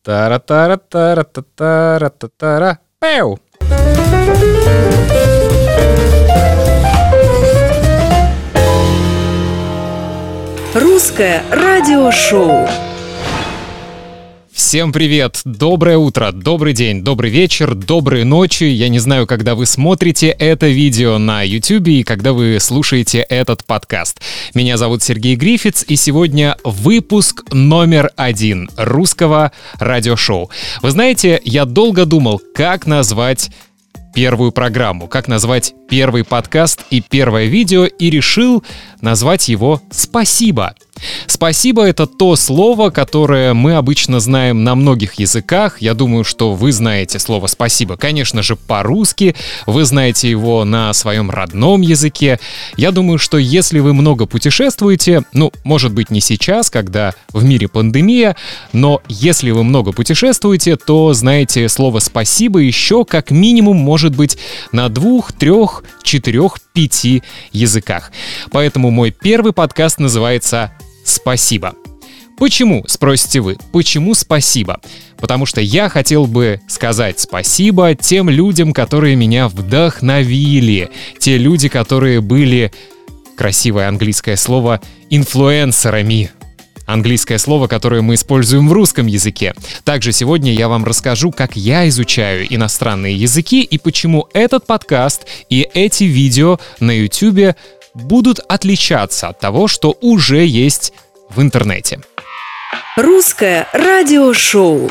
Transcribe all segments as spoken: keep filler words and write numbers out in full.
Тара-тара-тара-тара-тара-тара. Пэу! Русское радиошоу. Всем привет! Доброе утро, добрый день, добрый вечер, доброй ночи. Я не знаю, когда вы смотрите это видео на YouTube и когда вы слушаете этот подкаст. Меня зовут Сергей Грифиц, и сегодня выпуск номер один русского радиошоу. Вы знаете, я долго думал, как назвать первую программу, как назвать первый подкаст и первое видео, и решил назвать его «Спасибо». «Спасибо» — это то слово, которое мы обычно знаем на многих языках. Я думаю, что вы знаете слово «спасибо», конечно же, по-русски. Вы знаете его на своем родном языке. Я думаю, что если вы много путешествуете, ну, может быть, не сейчас, когда в мире пандемия, но если вы много путешествуете, то знаете слово «спасибо» еще как минимум, может быть, на двух, трех, четырех, пяти языках. Поэтому мой первый подкаст называется «Спасибо». Почему, спросите вы, почему спасибо? Потому что я хотел бы сказать спасибо тем людям, которые меня вдохновили. Те люди, которые были, красивое английское слово, инфлюенсерами. Английское слово, которое мы используем в русском языке. Также сегодня я вам расскажу, как я изучаю иностранные языки и почему этот подкаст и эти видео на YouTube будут отличаться от того, что уже есть в интернете. Русское радиошоу.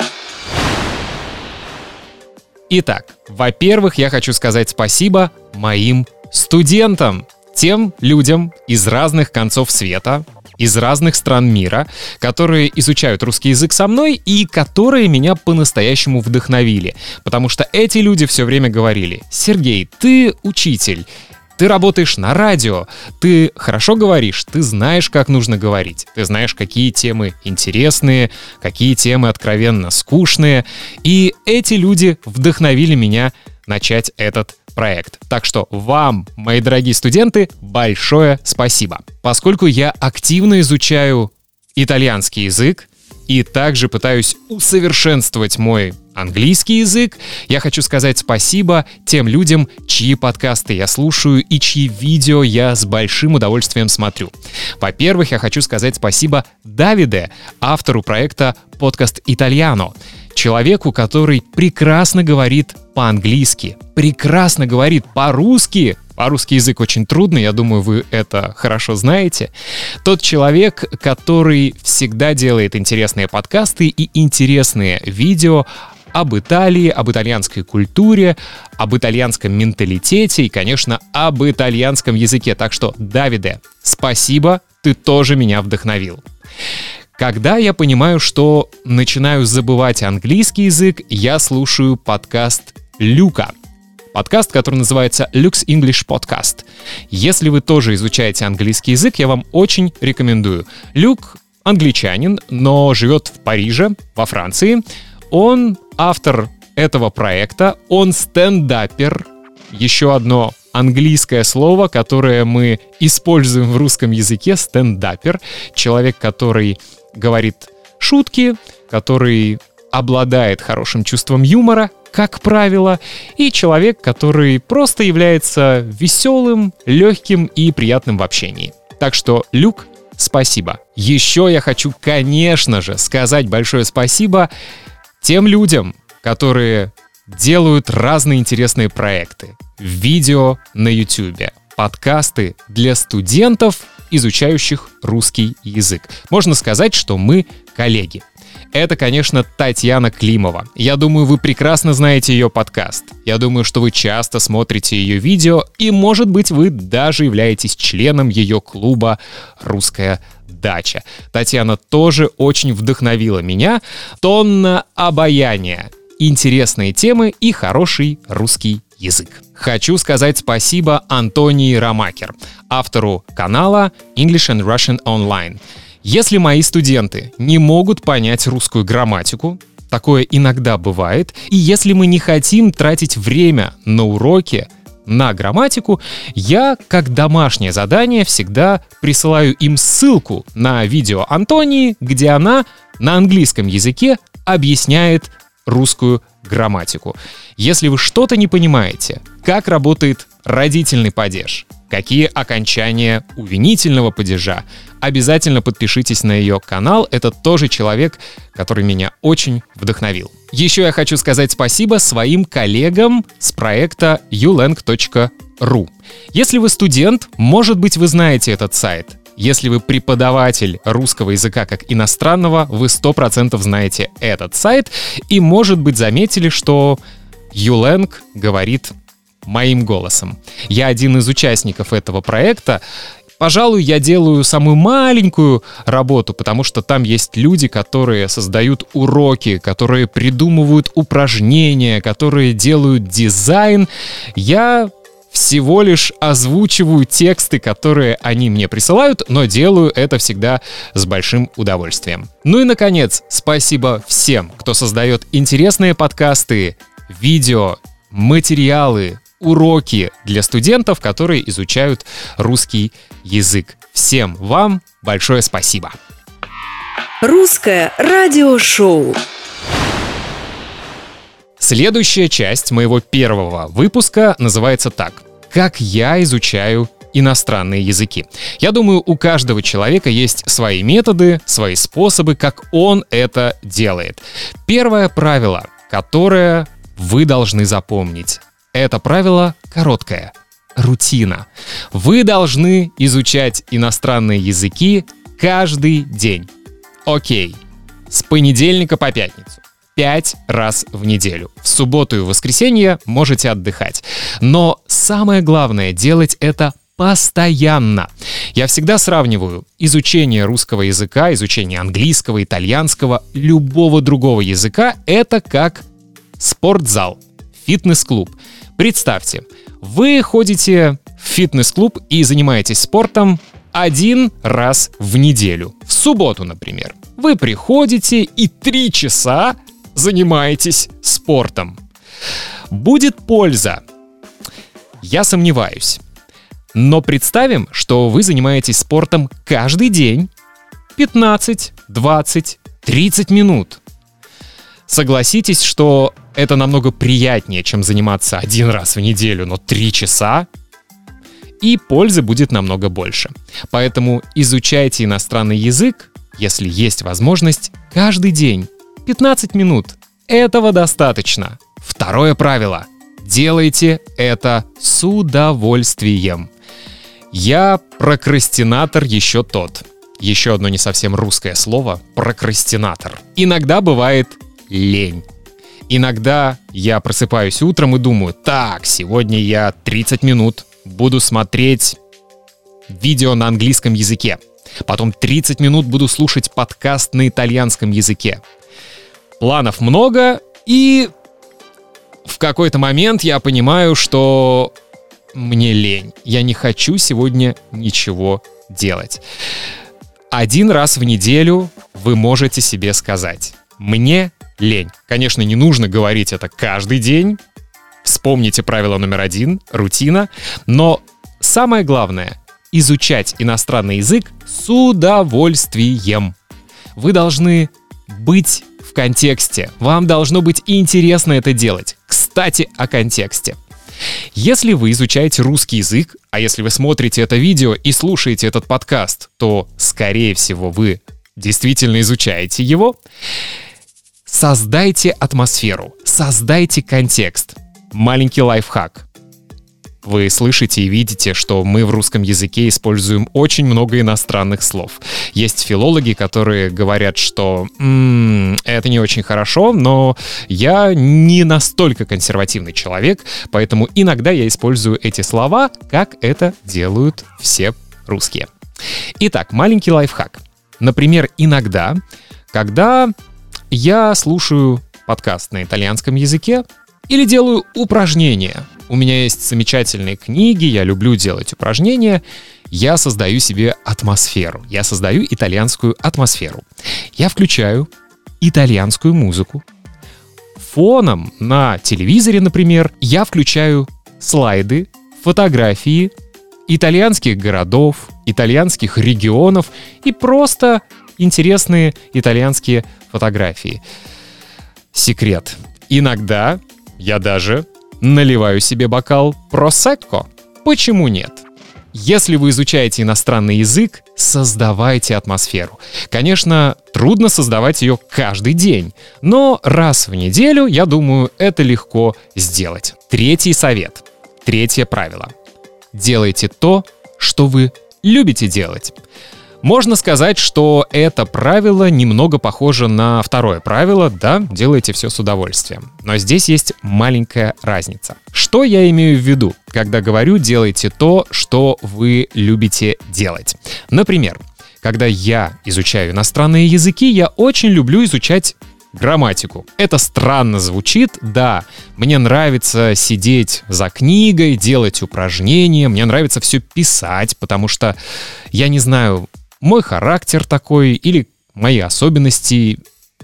Итак, во-первых, я хочу сказать спасибо моим студентам, тем людям из разных концов света, из разных стран мира, которые изучают русский язык со мной и которые меня по-настоящему вдохновили. Потому что эти люди все время говорили: «Сергей, ты учитель, ты работаешь на радио, ты хорошо говоришь, ты знаешь, как нужно говорить, ты знаешь, какие темы интересные, какие темы откровенно скучные». И эти люди вдохновили меня начать этот проект. Так что вам, мои дорогие студенты, большое спасибо. Поскольку я активно изучаю итальянский язык и также пытаюсь усовершенствовать мой английский язык, я хочу сказать спасибо тем людям, чьи подкасты я слушаю и чьи видео я с большим удовольствием смотрю. Во-первых, я хочу сказать спасибо Давиде, автору проекта «Подкаст Итальяно», человеку, который прекрасно говорит по-английски, прекрасно говорит по-русски. По-русски язык очень трудный, я думаю, вы это хорошо знаете. Тот человек, который всегда делает интересные подкасты и интересные видео об Италии, об итальянской культуре, об итальянском менталитете и, конечно, об итальянском языке. Так что, Давиде, спасибо, ты тоже меня вдохновил. Когда я понимаю, что начинаю забывать английский язык, я слушаю подкаст Люка. Подкаст, который называется Luke's English Podcast. Если вы тоже изучаете английский язык, я вам очень рекомендую. Люк англичанин, но живет в Париже, во Франции. Он автор этого проекта, он стендапер. Еще одно английское слово, которое мы используем в русском языке, стендапер. Человек, который говорит шутки, который обладает хорошим чувством юмора, как правило, и человек, который просто является веселым, легким и приятным в общении. Так что, Люк, спасибо. Еще я хочу, конечно же, сказать большое спасибо тем людям, которые делают разные интересные проекты, видео на YouTube, подкасты для студентов, изучающих русский язык. Можно сказать, что мы коллеги. Это, конечно, Татьяна Климова. Я думаю, вы прекрасно знаете ее подкаст. Я думаю, что вы часто смотрите ее видео, и, может быть, вы даже являетесь членом ее клуба «Русская дача». Татьяна тоже очень вдохновила меня. Тонна обаяния, интересные темы и хороший русский язык. Хочу сказать спасибо Антонии Ромакер, автору канала English and Russian Online. Если мои студенты не могут понять русскую грамматику, такое иногда бывает, и если мы не хотим тратить время на уроки на грамматику, я, как домашнее задание, всегда присылаю им ссылку на видео Антонии, где она на английском языке объясняет русскую грамматику. Если вы что-то не понимаете, как работает родительный падеж, какие окончания у винительного падежа, обязательно подпишитесь на ее канал. Это тоже человек, который меня очень вдохновил. Еще я хочу сказать спасибо своим коллегам с проекта ю лэнг точка ру. Если вы студент, может быть, вы знаете этот сайт. Если вы преподаватель русского языка как иностранного, вы сто процентов знаете этот сайт и, может быть, заметили, что YouLang говорит моим голосом. Я один из участников этого проекта. Пожалуй, я делаю самую маленькую работу, потому что там есть люди, которые создают уроки, которые придумывают упражнения, которые делают дизайн. Я всего лишь озвучиваю тексты, которые они мне присылают, но делаю это всегда с большим удовольствием. Ну и, наконец, спасибо всем, кто создает интересные подкасты, видео, материалы, уроки для студентов, которые изучают русский язык. Всем вам большое спасибо. Русское радиошоу. Следующая часть моего первого выпуска называется так: «Как я изучаю иностранные языки». Я думаю, у каждого человека есть свои методы, свои способы, как он это делает. Первое правило, которое вы должны запомнить, это правило короткое — рутина. Вы должны изучать иностранные языки каждый день. Окей, с понедельника по пятницу. Пять раз в неделю. В субботу и воскресенье можете отдыхать. Но самое главное — делать это постоянно. Я всегда сравниваю изучение русского языка, изучение английского, итальянского, любого другого языка — это как спортзал, фитнес-клуб. Представьте, вы ходите в фитнес-клуб и занимаетесь спортом один раз в неделю. В субботу, например. Вы приходите и три часа занимаетесь спортом. Будет польза? Я сомневаюсь. Но представим, что вы занимаетесь спортом каждый день пятнадцать, двадцать, тридцать минут. Согласитесь, что это намного приятнее, чем заниматься один раз в неделю, но три часа, и пользы будет намного больше. Поэтому изучайте иностранный язык, если есть возможность, каждый день. пятнадцать минут. Этого достаточно. Второе правило. Делайте это с удовольствием. Я прокрастинатор еще тот. Еще одно не совсем русское слово — прокрастинатор. Иногда бывает лень. Иногда я просыпаюсь утром и думаю: так, сегодня я тридцать минут буду смотреть видео на английском языке. Потом тридцать минут буду слушать подкаст на итальянском языке. Планов много, и в какой-то момент я понимаю, что мне лень. Я не хочу сегодня ничего делать. Один раз в неделю вы можете себе сказать: мне лень. Конечно, не нужно говорить это каждый день. Вспомните правило номер один — рутина. Но самое главное — изучать иностранный язык с удовольствием. Вы должны быть в контексте. Вам должно быть интересно это делать. Кстати, о контексте. Если вы изучаете русский язык, а если вы смотрите это видео и слушаете этот подкаст, то, скорее всего, вы действительно изучаете его. Создайте атмосферу, создайте контекст. Маленький лайфхак. Вы слышите и видите, что мы в русском языке используем очень много иностранных слов. Есть филологи, которые говорят, что м-м, это не очень хорошо, но я не настолько консервативный человек, поэтому иногда я использую эти слова, как это делают все русские. Итак, маленький лайфхак. Например, иногда, когда я слушаю подкаст на итальянском языке или делаю упражнения. У меня есть замечательные книги, я люблю делать упражнения. Я создаю себе атмосферу. Я создаю итальянскую атмосферу. Я включаю итальянскую музыку. Фоном на телевизоре, например, я включаю слайды, фотографии итальянских городов, итальянских регионов и просто интересные итальянские фотографии. секрет. Иногда я даже наливаю себе бокал просекко. Почему нет? Если вы изучаете иностранный язык, создавайте атмосферу. Конечно, трудно создавать ее каждый день, но раз в неделю, я думаю, это легко сделать. Третий совет. Третье правило. Делайте то, что вы любите делать. Можно сказать, что это правило немного похоже на второе правило, да, делайте все с удовольствием. Но здесь есть маленькая разница. Что я имею в виду, когда говорю «делайте то, что вы любите делать»? Например, когда я изучаю иностранные языки, я очень люблю изучать грамматику. Это странно звучит, да. Мне нравится сидеть за книгой, делать упражнения, мне нравится все писать, потому что, я не знаю, мой характер такой или мои особенности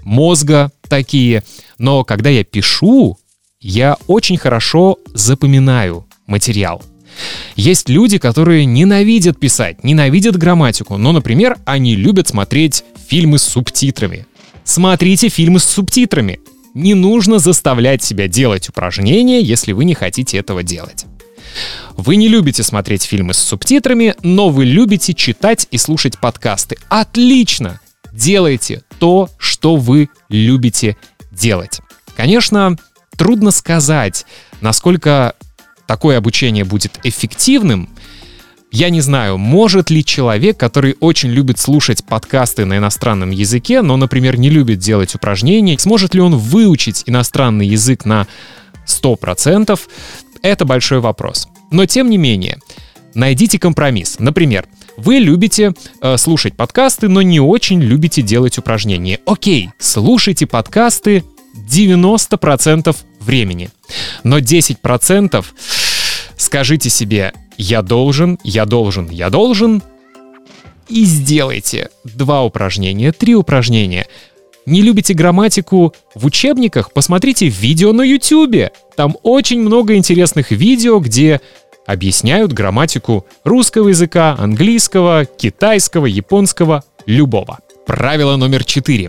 мозга такие. Но когда я пишу, я очень хорошо запоминаю материал. Есть люди, которые ненавидят писать, ненавидят грамматику, но, например, они любят смотреть фильмы с субтитрами. Смотрите фильмы с субтитрами. Не нужно заставлять себя делать упражнения, если вы не хотите этого делать. Вы не любите смотреть фильмы с субтитрами, но вы любите читать и слушать подкасты. Отлично! Делайте то, что вы любите делать. Конечно, трудно сказать, насколько такое обучение будет эффективным. Я не знаю, может ли человек, который очень любит слушать подкасты на иностранном языке, но, например, не любит делать упражнения, сможет ли он выучить иностранный язык на сто процентов? Это большой вопрос. Но, тем не менее, найдите компромисс. Например, вы любите э, слушать подкасты, но не очень любите делать упражнения. Окей, слушайте подкасты девяносто процентов времени. Но десять процентов скажите себе «я должен, я должен, я должен» и сделайте два упражнения, три упражнения. Не любите грамматику в учебниках? Посмотрите видео на Ютубе. Там очень много интересных видео, где объясняют грамматику русского языка, английского, китайского, японского, любого. Правило номер четыре.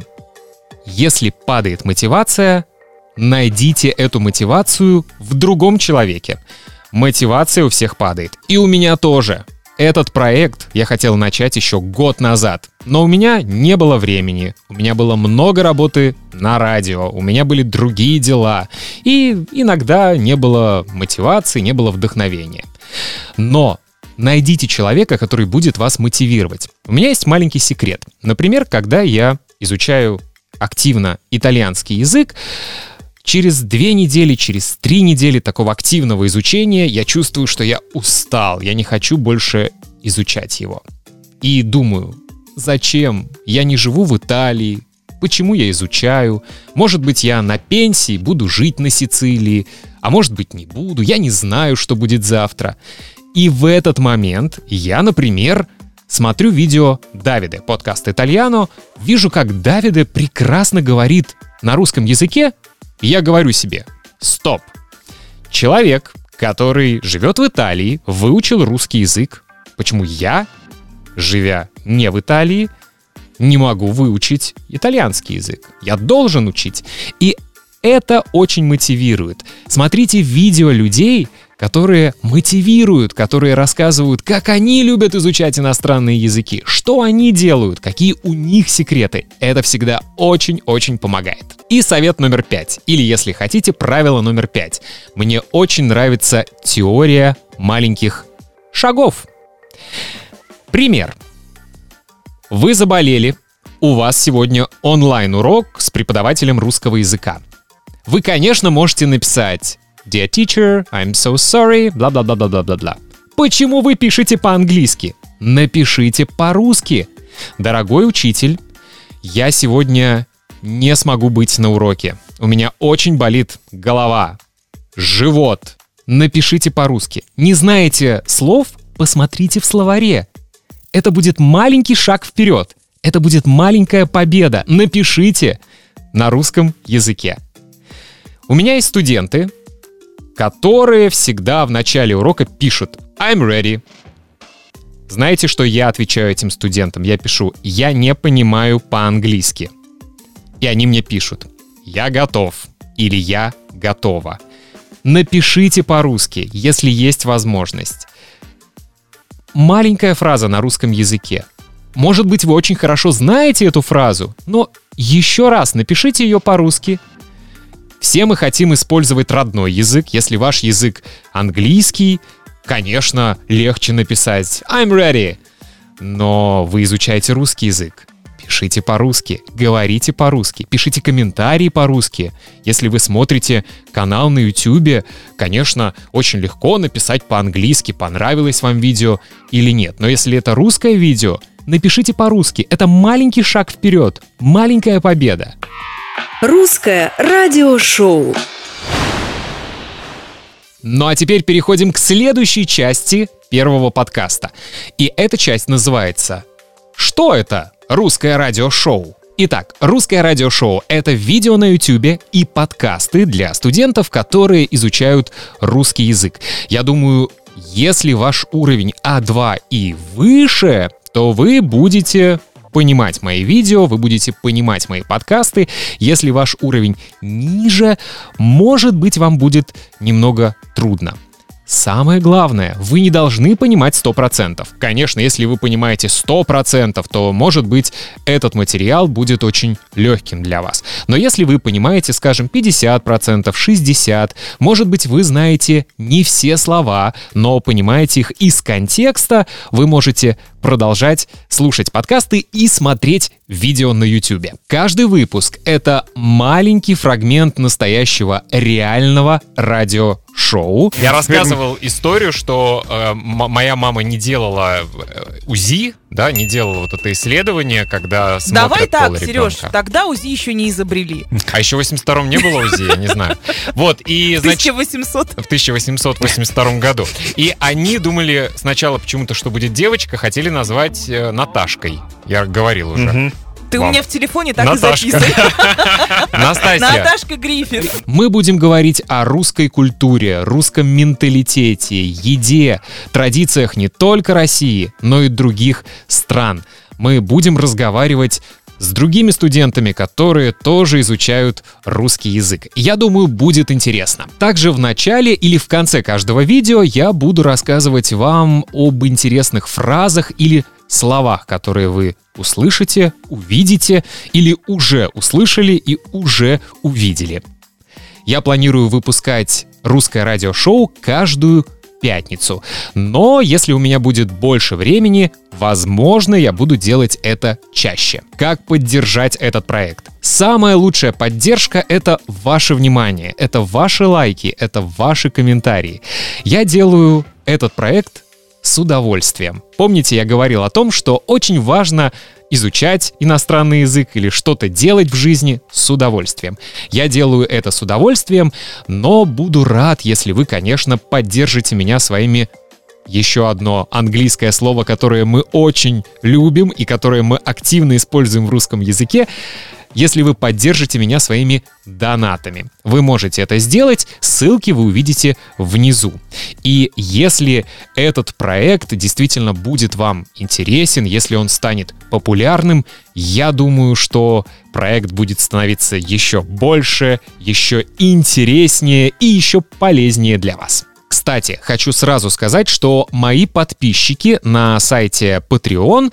Если падает мотивация, найдите эту мотивацию в другом человеке. Мотивация у всех падает. И у меня тоже. Этот проект я хотел начать еще год назад, но у меня не было времени, у меня было много работы на радио, у меня были другие дела, и иногда не было мотивации, не было вдохновения. Но найдите человека, который будет вас мотивировать. У меня есть маленький секрет. Например, когда я изучаю активно итальянский язык, через две недели, через три недели такого активного изучения я чувствую, что я устал, я не хочу больше изучать его. И думаю, зачем? Я не живу в Италии, почему я изучаю? Может быть, я на пенсии буду жить на Сицилии, а может быть, не буду, я не знаю, что будет завтра. И в этот момент я, например, смотрю видео Давиде, подкаст «Итальяно», вижу, как Давиде прекрасно говорит на русском языке, и я говорю себе: стоп! Человек, который живет в Италии, выучил русский язык. Почему я, живя не в Италии, не могу выучить итальянский язык? Я должен учить. И это очень мотивирует. Смотрите видео людей, которые мотивируют, которые рассказывают, как они любят изучать иностранные языки, что они делают, какие у них секреты. Это всегда очень-очень помогает. И совет номер пять, или, если хотите, правило номер пять. Мне очень нравится теория маленьких шагов. Пример. Вы заболели, у вас сегодня онлайн-урок с преподавателем русского языка. Вы, конечно, можете написать: Dear teacher, I'm so sorry, бла-бла-бла-бла-бла-бла. Почему вы пишете по-английски? Напишите по-русски. Дорогой учитель, я сегодня не смогу быть на уроке. У меня очень болит голова, живот. Напишите по-русски. Не знаете слов? Посмотрите в словаре. Это будет маленький шаг вперед. Это будет маленькая победа. Напишите на русском языке. У меня есть студенты, которые всегда в начале урока пишут I'm ready. Знаете, что я отвечаю этим студентам? Я пишу: я не понимаю по-английски. И они мне пишут: «я готов» или «я готова». Напишите по-русски, если есть возможность. Маленькая фраза на русском языке. Может быть, вы очень хорошо знаете эту фразу, но еще раз напишите ее по-русски. Все мы хотим использовать родной язык. Если ваш язык английский, конечно, легче написать «I'm ready». Но вы изучаете русский язык. Пишите по-русски, говорите по-русски, пишите комментарии по-русски. Если вы смотрите канал на YouTube, конечно, очень легко написать по-английски, понравилось вам видео или нет. Но если это русское видео, напишите по-русски. Это маленький шаг вперед, маленькая победа. Русское радиошоу. Ну а теперь переходим к следующей части первого подкаста. И эта часть называется «Что это? Русское радиошоу». Итак, русское радиошоу — это видео на YouTube и подкасты для студентов, которые изучают русский язык. Я думаю, если ваш уровень а два и выше, то вы будете понимать мои видео, вы будете понимать мои подкасты. Если ваш уровень ниже, может быть, вам будет немного трудно. Самое главное, вы не должны понимать сто процентов. Конечно, если вы понимаете сто процентов, то, может быть, этот материал будет очень легким для вас. Но если вы понимаете, скажем, пятьдесят процентов, шестьдесят процентов, может быть, вы знаете не все слова, но понимаете их из контекста, вы можете продолжать слушать подкасты и смотреть видео на YouTube. Каждый выпуск — это маленький фрагмент настоящего реального радиошоу. Я рассказывал историю, что э, м- моя мама не делала УЗИ, да, не делала вот это исследование, когда смотрят Давай пол так, ребенка. Сереж, тогда УЗИ еще не изобрели. А еще в восемьдесят втором не было УЗИ, я не знаю. Вот, и, значит, тысяча восемьсот. в тысяча восемьсот восемьдесят втором году. И они думали сначала почему-то, что будет девочка, хотели назвать э, Наташкой. Я говорил уже. Мгм. Ты Вам. у меня в телефоне так Наташка. и записывай. Настасья. Наташка Гриффит. Мы будем говорить о русской культуре, русском менталитете, еде, традициях не только России, но и других стран. Мы будем разговаривать с другими студентами, которые тоже изучают русский язык. Я думаю, будет интересно. Также в начале или в конце каждого видео я буду рассказывать вам об интересных фразах или словах, которые вы услышите, увидите или уже услышали и уже увидели. Я планирую выпускать русское радиошоу каждую пятницу. Но если у меня будет больше времени, возможно, я буду делать это чаще. Как поддержать этот проект? Самая лучшая поддержка — это ваше внимание, это ваши лайки, это ваши комментарии. Я делаю этот проект с удовольствием. Помните, я говорил о том, что очень важно изучать иностранный язык или что-то делать в жизни с удовольствием. Я делаю это с удовольствием, но буду рад, если вы, конечно, поддержите меня своими... Еще одно английское слово, которое мы очень любим и которое мы активно используем в русском языке, если вы поддержите меня своими донатами. Вы можете это сделать, ссылки вы увидите внизу. И если этот проект действительно будет вам интересен, если он станет популярным, я думаю, что проект будет становиться еще больше, еще интереснее и еще полезнее для вас. Кстати, хочу сразу сказать, что мои подписчики на сайте Patreon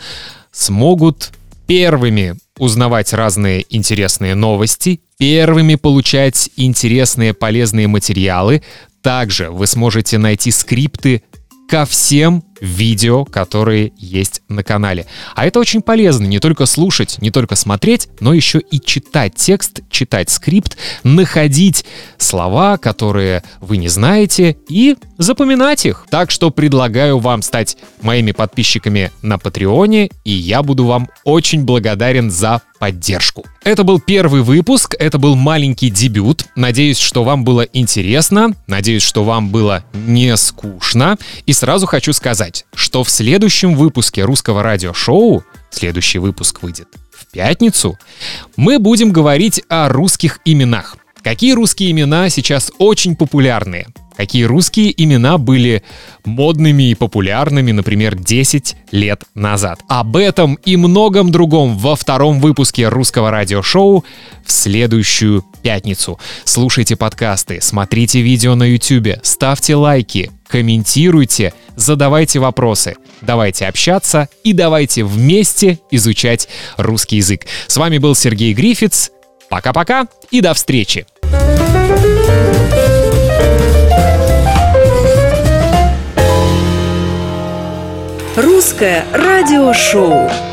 смогут первыми узнавать разные интересные новости, первыми получать интересные полезные материалы. Также вы сможете найти скрипты ко всем видео, которые есть на канале. А это очень полезно не только слушать, не только смотреть, но еще и читать текст, читать скрипт, находить слова, которые вы не знаете, и запоминать их. Так что предлагаю вам стать моими подписчиками на Патреоне, и я буду вам очень благодарен за поддержку. Это был первый выпуск, это был маленький дебют. Надеюсь, что вам было интересно, надеюсь, что вам было не скучно. И сразу хочу сказать, что в следующем выпуске русского радиошоу, следующий выпуск выйдет в пятницу, мы будем говорить о русских именах. Какие русские имена сейчас очень популярные? Какие русские имена были модными и популярными, например, десять лет назад? Об этом и многом другом во втором выпуске русского радиошоу в следующую пятницу. Слушайте подкасты, смотрите видео на YouTube, ставьте лайки, комментируйте, задавайте вопросы. Давайте общаться и давайте вместе изучать русский язык. С вами был Сергей Грифиц. Пока-пока и до встречи! Русское радиошоу.